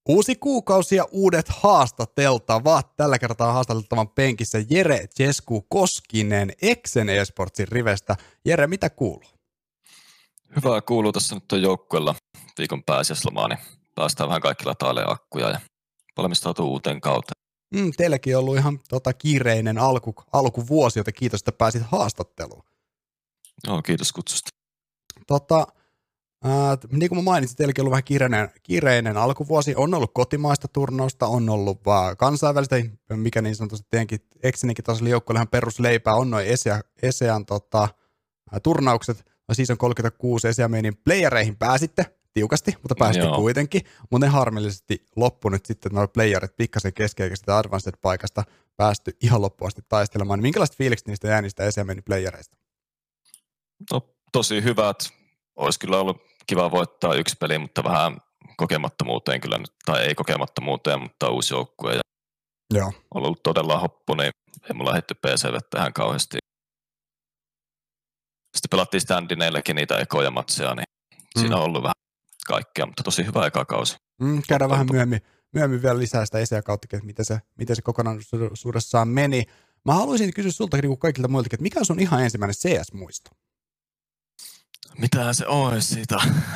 Uusi kuukausi ja uudet haastateltavat. Tällä kertaa haastateltavan penkissä Jere Jesku Koskinen Exen eSportsin rivestä. Jere, mitä kuuluu? Hyvää kuuluu. Tässä nyt on joukkueella viikon pääsiäislomaa, niin päästään vähän kaikilla taileen akkuja ja valmistautuu uuteen kauteen. Teilläkin on ollut ihan kiireinen alkuvuosi, joten kiitos, että pääsit haastatteluun. Joo, kiitos kutsusta. Niin kuin mä mainitsin, teilläkin on ollut vähän kiireinen alkuvuosi. On ollut kotimaista turnausta, on ollut kansainvälistä, mikä niin sanotusti teidänkin Exeninkin tasolla joukkueella ihan perusleipää. On noin ESEAN turnaukset, Season 36 ESEA-meinin playereihin pääsitte tiukasti, mutta pääsitte kuitenkin. Mutta ne harmillisesti loppu nyt sitten, että nuo playerit pikkasen kesken, sitä Advanced-paikasta päästy ihan loppuun asti taistelemaan. Minkälaiset fiilikset niistä jää niistä ESEA-meinin playereista? No, tosi hyvät. Olisi kyllä ollut kiva voittaa yksi peli, mutta vähän kokemattomuuteen kyllä nyt, tai ei kokemattomuuteen, mutta uusi joukkue. Ja joo. On ollut todella hoppu, niin ei mulla lähdetty PC:lle tähän kauheasti. Sitten pelattiin standineillekin niitä ekoja matseja, niin siinä on ollut vähän kaikkea, mutta tosi hyvä eka kausi. Käydään vähän myöhemmin vielä lisää sitä ESEA-kautta, että miten se kokonaisuudessaan meni. Mä haluaisin kysyä sulta niin kuin kaikilta muiltakin, että mikä on sun ihan ensimmäinen CS-muisto? Mitähän se olisi siitä?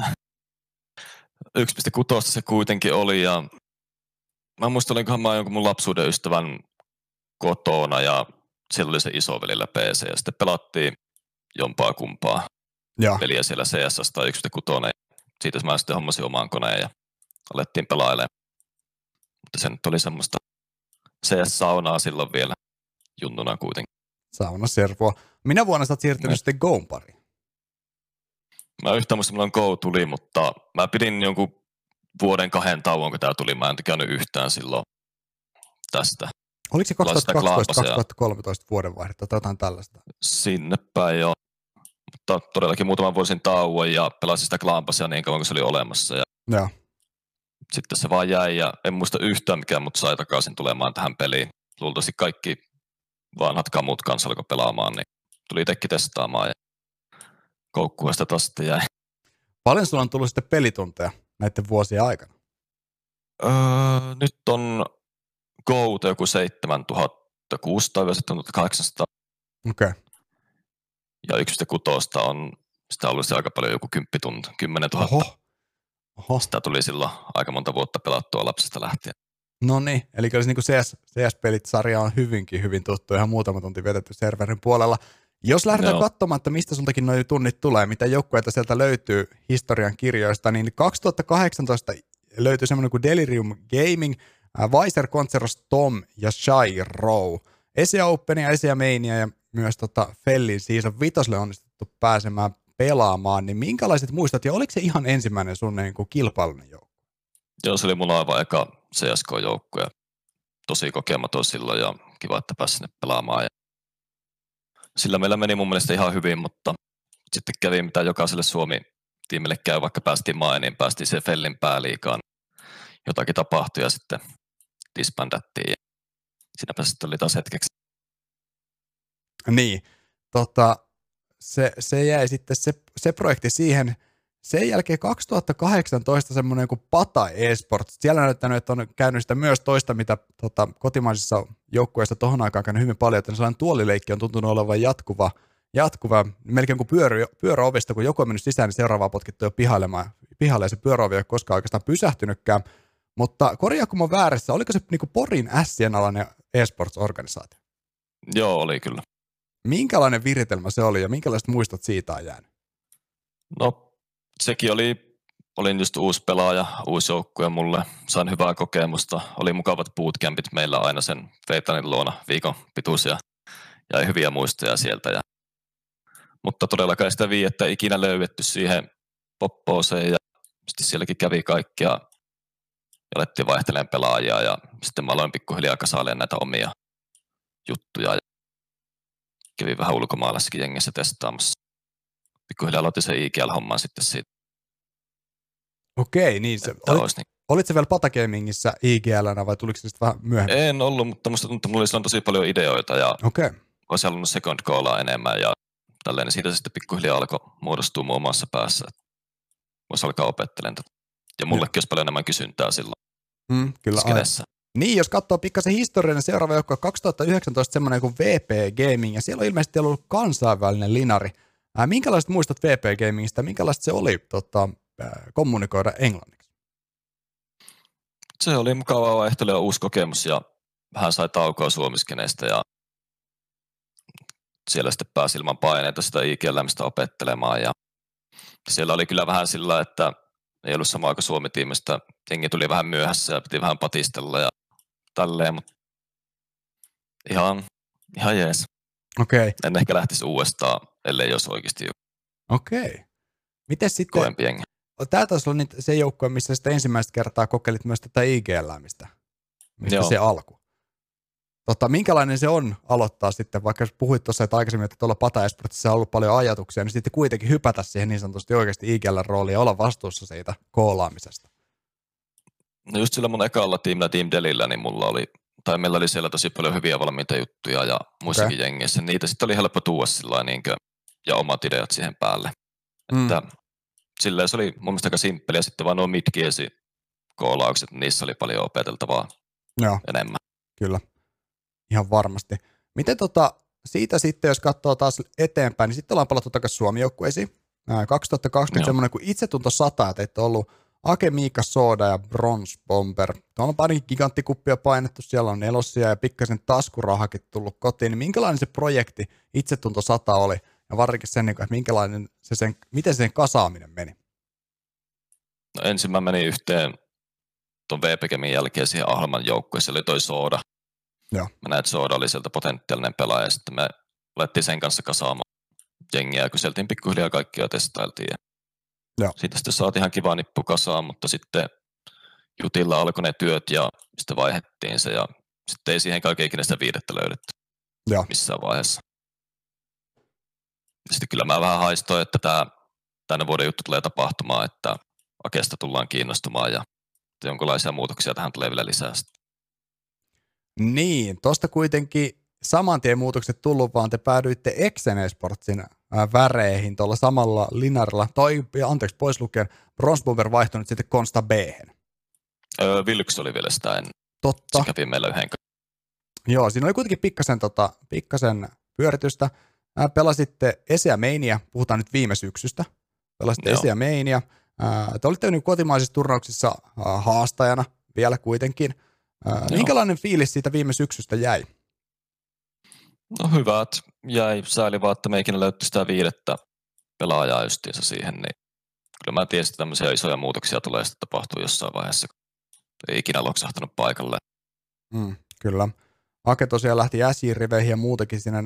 1.6 se kuitenkin oli ja mä muistan, olinkohan mä jonkun mun lapsuuden ystävän kotona ja siellä oli se isovelillä PC ja sitten pelattiin jompaa kumpaa peliä siellä CS tai 1.6. Siitä mä sitten hommasin omaan koneen ja alettiin pelailemaan. Mutta se nyt oli semmoista CS-saunaa silloin vielä junnuna kuitenkin. Saunaservoa. Minä vuonna sä oot siirtynyt sitten Go'n pariin? Mä yhtään muista, milloin Go tuli, mutta mä pidin jonkun vuoden 2 tauon, kun tää tuli. Mä en tykännyt yhtään silloin tästä. Oliko se 2012-2013 vuodenvaihdetta tai jotain tällaista? Sinne päin joo. Mutta todellakin muutaman vuosin tauon ja pelasin sitä Glampasia niin kauan, kun se oli olemassa. Ja sitten se vaan jäi ja en muista yhtään mikään, mutta sai takaisin tulemaan tähän peliin. Luultavasti kaikki vanhat kamut kanssa alkoi pelaamaan, niin tuli itsekin testaamaan ja koukkuista taas sitten jäi. Paljon sulla on tullut sitten pelitunteja näiden vuosien aikana? Nyt on Go joku 7600 tai 7800. Okei. Ja 1.6 on sitä ollut se aika paljon, joku 10 000. Oho. Sitä tuli silloin aika monta vuotta pelattua lapsesta lähtien. No niin, eli kyllä se niin CS-pelit-sarja on hyvin tuttu, ihan muutama tunti vietetty serverin puolella. Jos lähdetään katsomaan, että mistä sultakin nuo tunnit tulee, mitä joukkueita sieltä löytyy historian kirjoista, niin 2018 löytyy semmoinen kuin Delirium Gaming, Weiser, Conceros, Tom ja Shy Row. ESEA Openia, ESEA Mainia ja myös Fellin Season 5 onnistuttu pääsemään pelaamaan, niin minkälaiset muistat, ja oliko se ihan ensimmäinen sun niin kuin kilpailunen joukkue? Joo, se oli mulla aivan eka CSK-joukkue. Tosi kokematon silloin ja kiva, että pääsi sinne pelaamaan. Ja sillä meillä meni mun mielestä ihan hyvin, mutta sitten kävi mitä jokaiselle Suomi-tiimille käy, vaikka päästiin mainiin, päästiin se Fellin pääliigaan. Jotakin tapahtui ja sitten disbandattiin ja siinäpä sitten oli taas hetkeksi. Niin, se jäi sitten se projekti siihen. Sen jälkeen 2018 semmoinen kuin Pata eSports. Siellä on näyttänyt, että on käynyt sitä myös toista, mitä kotimaisissa joukkueissa tohon aikaan käynyt hyvin paljon, että sellainen tuolileikki on tuntunut olevan jatkuva melkein kuin pyöräovista, kun joku on mennyt sisään, niin seuraavaa potkittu jo pihalle, ja se pyöräovi ei ole koskaan oikeastaan pysähtynytkään. Mutta korjaa, kun mä oon väärässä, oliko se niinku Porin Sien alainen eSports-organisaatio? Joo, oli kyllä. Minkälainen viritelmä se oli ja minkälaiset muistot siitä on jäänyt? No, sekin olin just uusi pelaaja, uusi joukkue mulle. Sain hyvää kokemusta. Oli mukavat bootcampit meillä aina sen Feitanin luona viikon pituisia. Jäi hyviä muistoja sieltä. Mutta todellakaan sitä viiettä ikinä löydetty siihen poppooseen ja sitten sielläkin kävi kaikkia ja alettiin vaihtelemaan pelaajia ja sitten mä aloin pikkuhiljaa kasailemaan näitä omia juttuja ja kävin vähän ulkomaalaisessakin jengissä testaamassa. Pikkuhiljaa aloitin sen IGL-homman sitten siitä. Okei, niin se olit se vielä Pata Gamingissä IGL:nä vai tuliko se sitten vähän myöhemmin? En ollut, mutta musta tuntuu, että mulla oli silloin tosi paljon ideoita ja olisi halunnut second goalaa enemmän ja tälleen, niin siitä se sitten pikkuhiljaa alkoi muodostua mun omassa päässä. Voisi alkaa opettelemaan tätä. Ja mullekin olisi paljon enemmän kysyntää silloin. Kyllä skenessä. Niin, jos katsoo pikkasen historiallinen seuraava joukko 2019 semmoinen kuin VP Gaming, ja siellä on ilmeisesti ollut kansainvälinen linari. Minkälaiset muistat VP Gamingista, minkälaista se oli kommunikoida englanniksi? Se oli mukava vaihtelu ja uusi kokemus, ja vähän sai taukoa suomiskeneistä, ja siellä sitten pääsi ilman paineita sitä IG-elämistä opettelemaan, ja siellä oli kyllä vähän sillä, että ei ollut samaa kuin Suomi-tiimistä, jengi tuli vähän myöhässä ja piti vähän patistella ja tälleen, mutta ihan jees. Okei. En ehkä lähtisi uudestaan, ellei jos oikeasti Okei. Miten sitten, kovempi jengi. tämä taisi olla se joukkue, missä sitten ensimmäistä kertaa kokeilit myös tätä IG-elämistä, mistä Joo. se alku. Minkälainen se on aloittaa sitten, vaikka puhuit tuossa, että aikaisemmin, että tuolla Pata Esportsissa on ollut paljon ajatuksia, niin sitten kuitenkin hypätä siihen niin sanotusti oikeasti IGL-rooliin ja olla vastuussa siitä koolaamisesta. No just sillä mun ekalla tiimillä, Team Delillä, niin meillä oli siellä tosi paljon hyviä valmiita juttuja ja muissakin jengissä. Niitä sitten oli helppo tuoda sillä niinkö, ja omat ideat siihen päälle. Että silleen se oli mun mielestä aika simppeli, ja sitten vaan nuo midkiesi koolaukset, niissä oli paljon opeteltavaa enemmän. Kyllä. Ihan varmasti. Miten siitä sitten, jos katsoo taas eteenpäin, niin sitten ollaan palattu takaisin Suomi-joukkueisiin. 2020 semmoinen kuin Itsetunto 100, että ette ollut Ake, Miika, Sooda ja Bronze Bomber. Tuolla on parikin giganttikuppia painettu, siellä on nelosia ja pikkasen taskurahakin tullut kotiin. Niin minkälainen se projekti Itsetunto 100 oli? Ja varsinkin sen, että miten sen kasaaminen meni? No ensin mä menin yhteen tuon VPGmin jälkeen siihen Ahdelman joukkueeseen, oli toi Sooda. Joo. Mä näin, että Sooda oli sieltä potentiaalinen pelaaja, ja sitten me alettiin sen kanssa kasaamaan jengiä, ja kyseltiin pikkuhiljaa kaikkia ja testailtiin. Joo. Siitä sitten saatiin ihan kiva nippu kasaan, mutta sitten Jutilla alkoi ne työt, ja sitten vaihdettiin se, ja sitten ei siihen kaikkein ikinä sitä viidettä löydetty missään vaiheessa. Ja sitten kyllä mä vähän haistoin, että tänä vuoden juttu tulee tapahtumaan, että Akesta tullaan kiinnostumaan, ja jonkinlaisia muutoksia tähän tulee vielä lisää. Niin, tuosta kuitenkin saman tien muutokset tullut, vaan te päädyitte Exen Esportsin väreihin tuolla samalla linarilla. Pois lukien, Bronze Bomber vaihtunut sitten Konsta B-hen. Vilks oli vielä sitä ennen. Totta. Se kävi meillä yhden. Joo, siinä oli kuitenkin pikkasen pyöritystä. Pelasitte Eseä Meiniä, puhutaan nyt viime syksystä. Pelasitte Eseä Meiniä. Te olitte nyt kotimaisissa turnauksissa haastajana vielä kuitenkin. Minkälainen fiilis siitä viime syksystä jäi? No hyvät jäi. Sääli vaan, että me ikinä löytty sitä viidettä pelaajaa justiinsa siihen. Niin kyllä mä tiesin, että tämmöisiä isoja muutoksia tulee sitten tapahtua jossain vaiheessa. Ei ikinä loksahtanut paikalle. Kyllä. Ake tosiaan lähti SJ-riveihin ja muutenkin siinä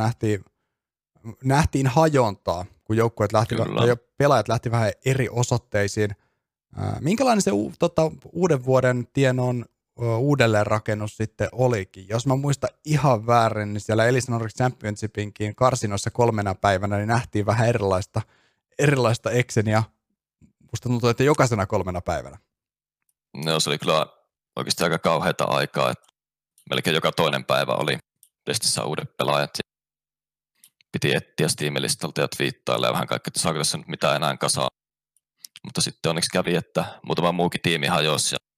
nähtiin hajontaa, kun joukkueet pelaajat lähti vähän eri osoitteisiin. Minkälainen se uuden vuoden tienoon uudelleenrakennus sitten olikin? Jos mä muistan ihan väärin, niin siellä Elisa Nordic Championshipinkin karsinoissa 3 päivänä niin nähtiin vähän erilaista Exenia. Musta tuntuu, että jokaisena 3 päivänä. No se oli kyllä oikeasti aika kauheata aikaa, että melkein joka toinen päivä oli testissä uudet pelaajat. Piti etsiä Steam-listalta ja twiittailla ja vähän kaikkea, että saako tässä nyt mitään enää kasaa. Mutta sitten onneksi kävi, että muutama muukin tiimi hajosi ja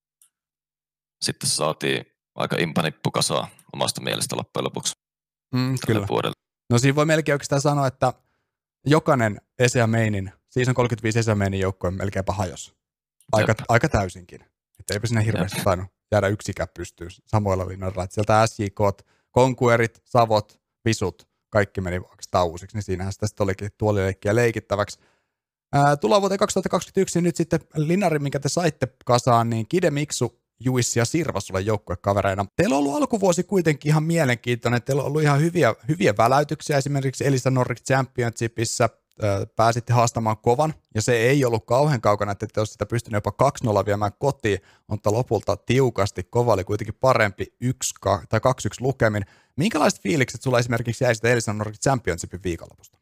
sitten saatiin aika impanippu kasaa omasta mielestä loppujen lopuksi. Kyllä. Vuodelle. No siinä voi melkein oikeastaan sanoa, että jokainen Eseä Meinin, Season 35 Eseä Meinin joukkue melkeinpä hajosi. Aika täysinkin. Että eipä sinne hirveästi tainnut jäädä yksikään pystyyn samoilla linnoilla. Sieltä SJK, Konkuerit, Savot, Visut, kaikki meni oikeastaan uusiksi, niin siinähän sitä sitten olikin tuolileikkiä leikittäväksi. Tullaan vuoteen 2021, niin nyt sitten linari, minkä te saitte kasaan, niin Kide, Miksu, Juissi ja Sirva sulle joukkuekavereina. Teillä on ollut alkuvuosi kuitenkin ihan mielenkiintoinen. Teillä on ollut ihan hyviä väläytyksiä. Esimerkiksi Elisa Nordic Championshipissa pääsitte haastamaan kovan, ja se ei ollut kauhean kaukana, että te olisitte sitä pystyneet jopa 2-0 viemään kotiin, mutta lopulta tiukasti. Kova oli kuitenkin parempi 2-1 lukemin. Minkälaiset fiilikset sulla esimerkiksi jäi sitä Elisa Nordic Championshipin viikonlopusta?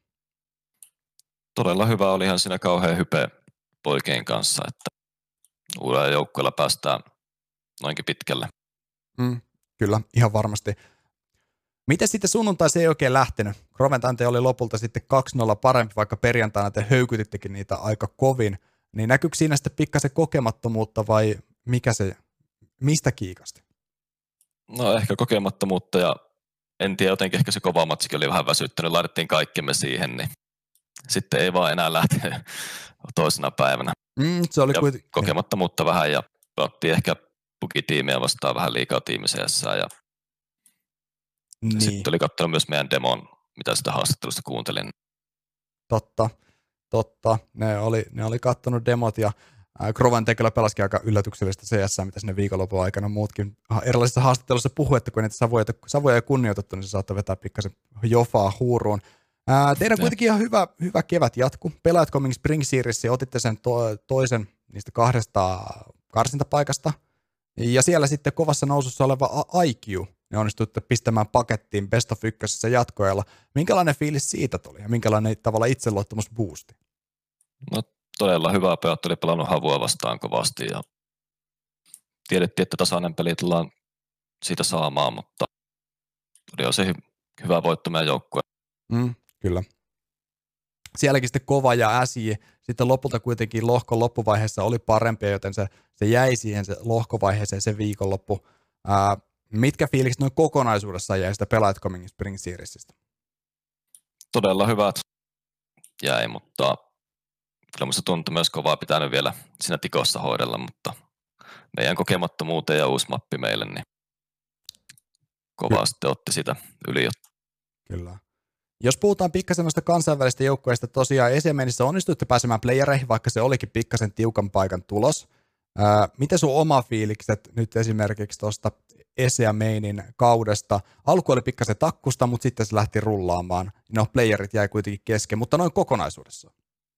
Todella hyvä, olihan siinä kauhean hype poikien kanssa, että uudella joukkueella päästään noinkin pitkälle. Kyllä, ihan varmasti. Miten sitten sunnuntai se ei oikein lähtenyt? Groventan oli lopulta sitten 2-0 parempi, vaikka perjantaina te höykytittekin niitä aika kovin. Niin näkyykö siinä sitten pikkasen kokemattomuutta vai mikä se mistä kiikasti? No ehkä kokemattomuutta ja en tiedä, jotenkin ehkä se kova matsikin oli vähän väsyttänyt. Laitettiin kaikkemme siihen, niin sitten ei vaan enää lähtenyt toisena päivänä. Se oli kokemattomuutta vähän ja pelattiin ehkä bugitiimiä vastaan vähän liikaa tiimiseessä ja niin. Sitten oli katsonut myös meidän demon, mitä sitä haastattelusta kuuntelin. Totta. Ne oli kattonut demot ja Grovan Tekellä pelasikin aika yllätyksellistä CS, mitä sinne viikonlopun aikana muutkin erilaisissa haastatteluissa puhui, että kun niitä savuja ei kunnioitettu, niin se saattoi vetää pikkasen jofaa huuruun. Teidän kuitenkin ihan hyvä kevät jatku. Pelaat Coming Spring Series, otitte sen toisen niistä 2 karsintapaikasta. Ja siellä sitten kovassa nousussa oleva IQ, ne onnistuitte pistämään pakettiin Best of 1 jatkoajalla. Minkälainen fiilis siitä tuli ja minkälainen tavalla itseluottamus boosti? No todella hyvä pelaat, oli pelannut Havua vastaan kovasti ja tiedettiin, että tasainen peli tullaan siitä saamaan, mutta oli se hyvä voitto meidän joukkue. Kyllä. Sielläkin sitten Kova ja SJ sitten lopulta kuitenkin lohkon loppuvaiheessa oli parempia, joten se jäi siihen se lohkovaiheeseen se viikonloppu. Mitkä fiilikset noin kokonaisuudessaan jäi sitä Pelaajat Coming Spring Seriesistä? Todella hyvät jäi, mutta kyllä minusta tuntui myös Kovaa pitänyt vielä siinä tikossa hoidella, mutta meidän kokemattomuuteen ja uusi mappi meille, niin Kova sitten otti sitä yli. Kyllä. Jos puhutaan pikkasen noista kansainvälisistä joukkueista, tosiaan Esimerkissä onnistuitte pääsemään playereihin, vaikka se olikin pikkasen tiukan paikan tulos. Miten sun oma fiilikset nyt esimerkiksi tuosta Mainin kaudesta? Alku oli pikkasen takkusta, mutta sitten se lähti rullaamaan. No, playerit jäi kuitenkin kesken, mutta noin kokonaisuudessaan.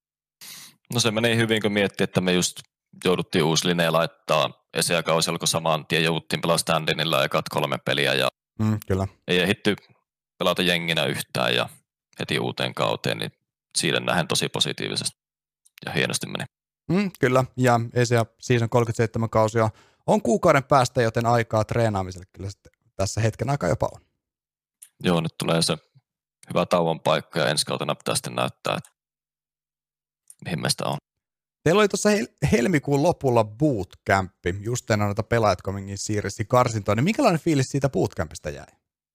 No se meni hyvin, kun miettii, että me just jouduttiin uusi linja laittaa. ESEA-kausi alkoi saman tien, jouduttiin pelaa stand-inilla ekat 3 peliä ja kyllä. Ei ehditty pelata jenginä yhtään ja heti uuteen kauteen, niin siitä nähden tosi positiivisesti ja hienosti meni. Kyllä, ja ESEA Season 37 kausia on kuukauden päästä, joten aikaa treenaamiselle kyllä sitten tässä hetken aikaa jopa on. Joo, nyt tulee se hyvä tauon paikka ja ensi kautena pitää sitten näyttää, että mihin meistä on. Teillä oli tuossa helmikuun lopulla bootcampi, just ennen noita Pelaajat Comingin siirresi karsintoon, niin minkälainen fiilis siitä bootcampista jäi?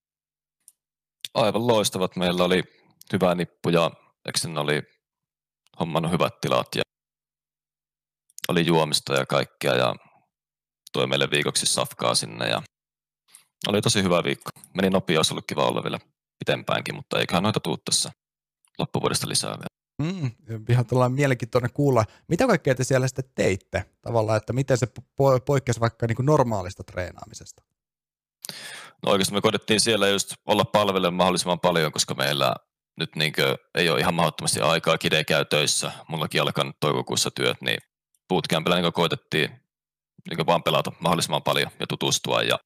Aivan loistavat. Meillä oli hyvä nippu ja Exen oli hommannut hyvät tilat ja oli juomista ja kaikkea ja toi meille viikoksi safkaa sinne ja oli tosi hyvä viikko. Meni nopea, olisi ollut kiva olla vielä pitempäänkin, mutta eiköhän noita tuu tässä loppuvuodesta lisää vielä. Ihan tällainen mielenkiintoinen kuulla. Mitä kaikkea te siellä sitten teitte tavallaan, että miten se poikkesi vaikka niin kuin normaalista treenaamisesta? No oikeasti me koitettiin siellä just olla palvelemaan mahdollisimman paljon, koska meillä nyt ei ole ihan mahdottomasti aikaa. Kide käy töissä, mullakin alkaa nyt toukokuussa työt, niin bootcampilla koitettiin vaan pelata mahdollisimman paljon ja tutustua ja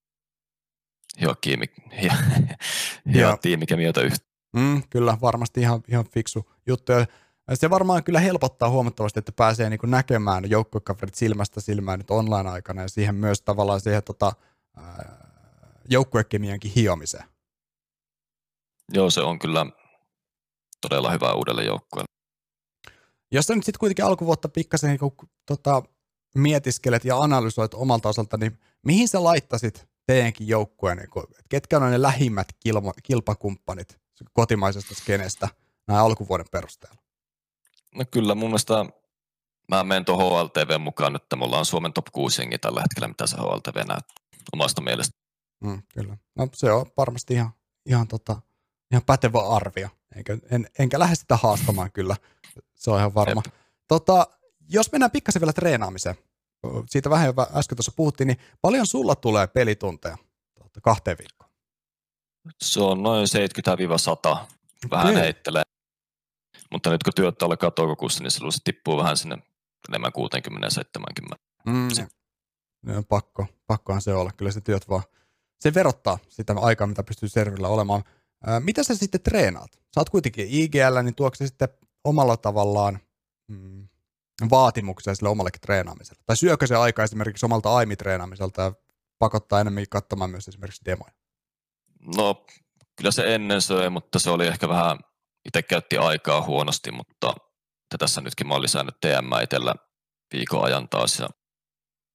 hioa tiimikemioita yhteen. Kyllä, varmasti ihan fiksu juttu. Se varmaan kyllä helpottaa huomattavasti, että pääsee niin kuin näkemään joukkuekaverit silmästä silmään nyt online-aikana ja siihen myös tavallaan siihen joukkuekemiankin hiomiseen. Joo, se on kyllä todella hyvä uudelle joukkueelle. Jos sä nyt sitten kuitenkin alkuvuotta pikkasen niin mietiskelet ja analysoit omalta osalta, niin mihin sä laittasit teidänkin joukkueen, niin ketkä on ne lähimmät kilpakumppanit kotimaisesta skenestä näin alkuvuoden perusteella? No kyllä, mun mielestä mä menen tuon HLTV mukaan, että mulla on Suomen top 6 jengi tällä hetkellä, mitä se HLTV näyttää omasta mielestä. Kyllä. No se on varmasti ihan pätevä arvio, enkä lähde sitä haastamaan kyllä, se on ihan varma. Jos mennään pikkasen vielä treenaamiseen, siitä vähän jo äsken tuossa puhuttiin, niin paljon sulla tulee pelitunteja 2 viikkoon? Se on noin 70-100, vähän heittelee. Mutta nyt kun työt alkaa toukokuussa, niin se tippuu vähän sinne enemmän 60-70. Pakkohan se olla, kyllä se työt vaan. Se verottaa sitä aikaa, mitä pystyy servillä olemaan. Mitä sä sitten treenaat? Sä oot kuitenkin IGL, niin tuoksi se sitten omalla tavallaan vaatimuksia sille omallekin treenaamiselle? Tai syökö se aika esimerkiksi omalta AIMI-treenaamiselta ja pakottaa enemmän katsomaan myös esimerkiksi demoja? No, kyllä se ennen söi, mutta se oli ehkä vähän, itse käytti aikaa huonosti, mutta tässä nytkin mä oon lisännyt TM itsellä viikon ajan taas ja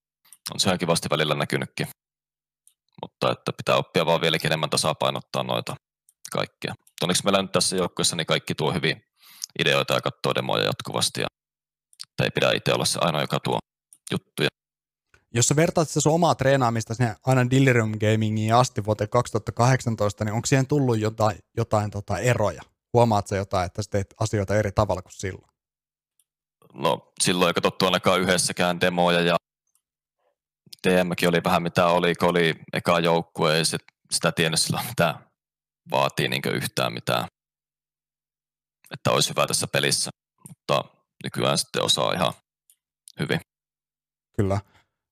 on se ihan kivasti välillä näkynytkin. Mutta että pitää oppia vaan vieläkin enemmän tasapainottaa noita kaikkia. Onneksi meillä nyt tässä joukkueessa niin kaikki tuo hyvin ideoita ja katsoo demoja jatkuvasti. Ja ei pidä itse olla se ainoa, joka tuo juttuja. Jos sä vertaat sitä sun omaa treenaamista sinne aina Delirium Gamingiin asti vuoteen 2018, niin onko siihen tullut jotain eroja? Huomaat sä jotain, että sä teet asioita eri tavalla kuin silloin? No silloin ei katsottu ainakaan yhdessäkään demoja ja DM:kin oli vähän mitä oli, kun oli eka joukkue, ei sitä tiennyt silloin mitä vaatii niin yhtään mitään, että olisi hyvä tässä pelissä, mutta nykyään sitten osaa ihan hyvin. Kyllä.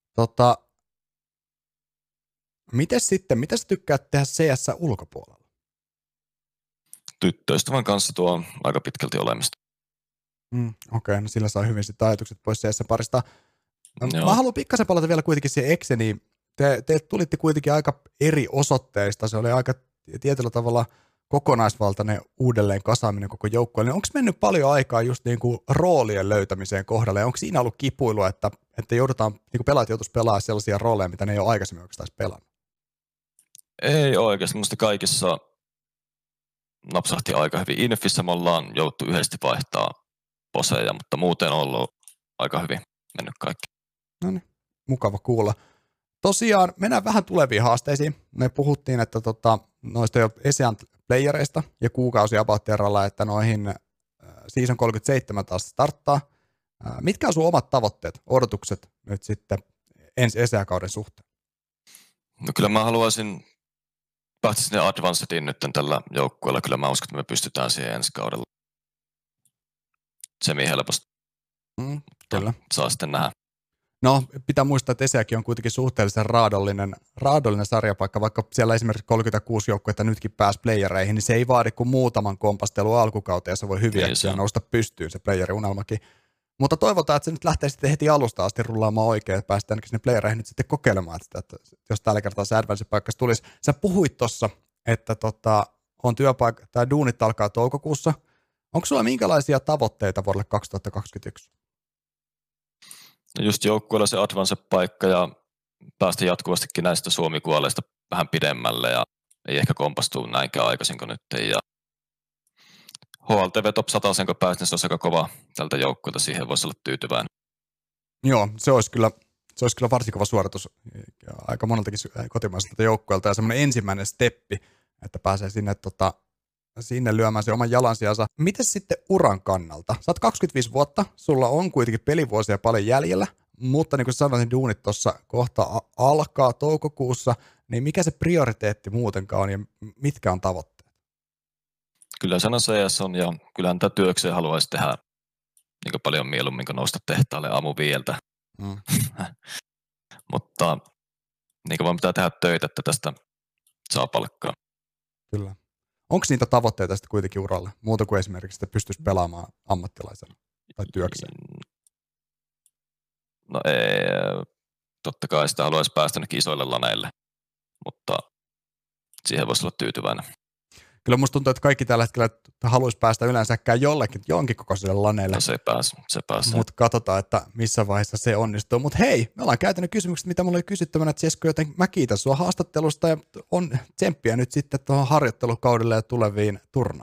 Miten sä tykkäät tehdä CS ulkopuolella? Tyttöystävän kanssa tuo on aika pitkälti olemista. Okei, no sillä saa hyvin sitten ajatukset pois CS parista. Mä haluan pikkasen palata vielä kuitenkin siihen Exeniin. Te tulitte kuitenkin aika eri osoitteista. Se oli aika tietyllä tavalla kokonaisvaltainen uudelleen kasaaminen koko joukkueelle. Onko mennyt paljon aikaa just niin kuin roolien löytämiseen kohdalle? Onko siinä ollut kipuilu, että joudutaan, niin kuin pelaajat joutuisi pelaamaan sellaisia rooleja, mitä ne ei ole aikaisemmin oikeastaan pelannut? Ei oikeasti. Minusta kaikissa napsahti aika hyvin. Infissä me ollaan jouduttu yhdesti vaihtaa poseja, mutta muuten on ollut aika hyvin mennyt kaikki. No niin, mukava kuulla. Tosiaan mennään vähän tuleviin haasteisiin. Me puhuttiin, että noista jo Esean-playereista ja kuukausi about että noihin Season 37 taas starttaa. Mitkä on sun omat tavoitteet, odotukset nyt sitten ensi Esea-kauden suhteen? No kyllä mä haluaisin päästä sinne Advancediin nyt tällä joukkueella. Kyllä mä uskon, että me pystytään siihen ensi kaudella. Semi-helposti. Kyllä. Saa sitten nähdä. No, pitää muistaa, että Eseäkin on kuitenkin suhteellisen raadollinen sarjapaikka, vaikka siellä esimerkiksi 36 joukkuetta nytkin pääsi playereihin, niin se ei vaadi kuin muutaman kompastelun alkukauteen, ja se voi hyvin äkkiä nousta pystyyn se playeriunelmakin. Mutta toivotaan, että se nyt lähtee sitten heti alusta asti rullaamaan oikein, että päästään ainakin sinne playereihin nyt sitten kokeilemaan sitä, että jos tällä kertaa se advance-paikka tulisi. Sä puhuit tuossa, että on tai duunit alkaa toukokuussa. Onko sulla minkälaisia tavoitteita vuodelle 2021? Just joukkueella se advance-paikka ja päästä jatkuvastikin näistä Suomi-kuoleista vähän pidemmälle ja ei ehkä kompastu näinkään aikaisin kuin nyt. Ja HLTV Top 100, kun päästä, niin se olisi aika kova tältä joukkueelta, siihen voisi olla tyytyväinen. Joo, se olisi kyllä varsin kova suoritus aika moneltakin kotimaiselta joukkueelta ja semmoinen ensimmäinen steppi, että pääsee sinne lyömään se oman jalansijansa. Miten sitten uran kannalta? Sä oot 25 vuotta, sulla on kuitenkin pelivuosia paljon jäljellä, mutta niin kuin sanoin, niin duunit tuossa kohta alkaa toukokuussa, niin mikä se prioriteetti muutenkaan on ja mitkä on tavoitteet? Kyllä sana CS on ja kyllähän tätä työkseen haluaisi tehdä niin paljon mieluummin kuin nousta tehtaalle aamuviieltä. Mutta niin vaan pitää tehdä töitä, että tästä saa palkkaa. Kyllä. Onko niitä tavoitteita sitten kuitenkin uralla, muuta kuin esimerkiksi, että pystyisi pelaamaan ammattilaisena tai työkseen? No ei, totta kai sitä haluaisi päästä isoille laneille, mutta siihen voisi olla tyytyväinen. Kyllä musta tuntuu, että kaikki tällä hetkellä haluaisi päästä yleensäkään jonkin kokoiselle laneille. No se pääsee. Mutta katsotaan, että missä vaiheessa se onnistuu. Mutta hei, me ollaan käytänyt kysymykset, mitä mulla oli kysyttävänä, Jesko, joten mä kiitän sua haastattelusta ja on tsemppiä nyt sitten tuohon harjoittelukaudelle ja tuleviin turnauksiin.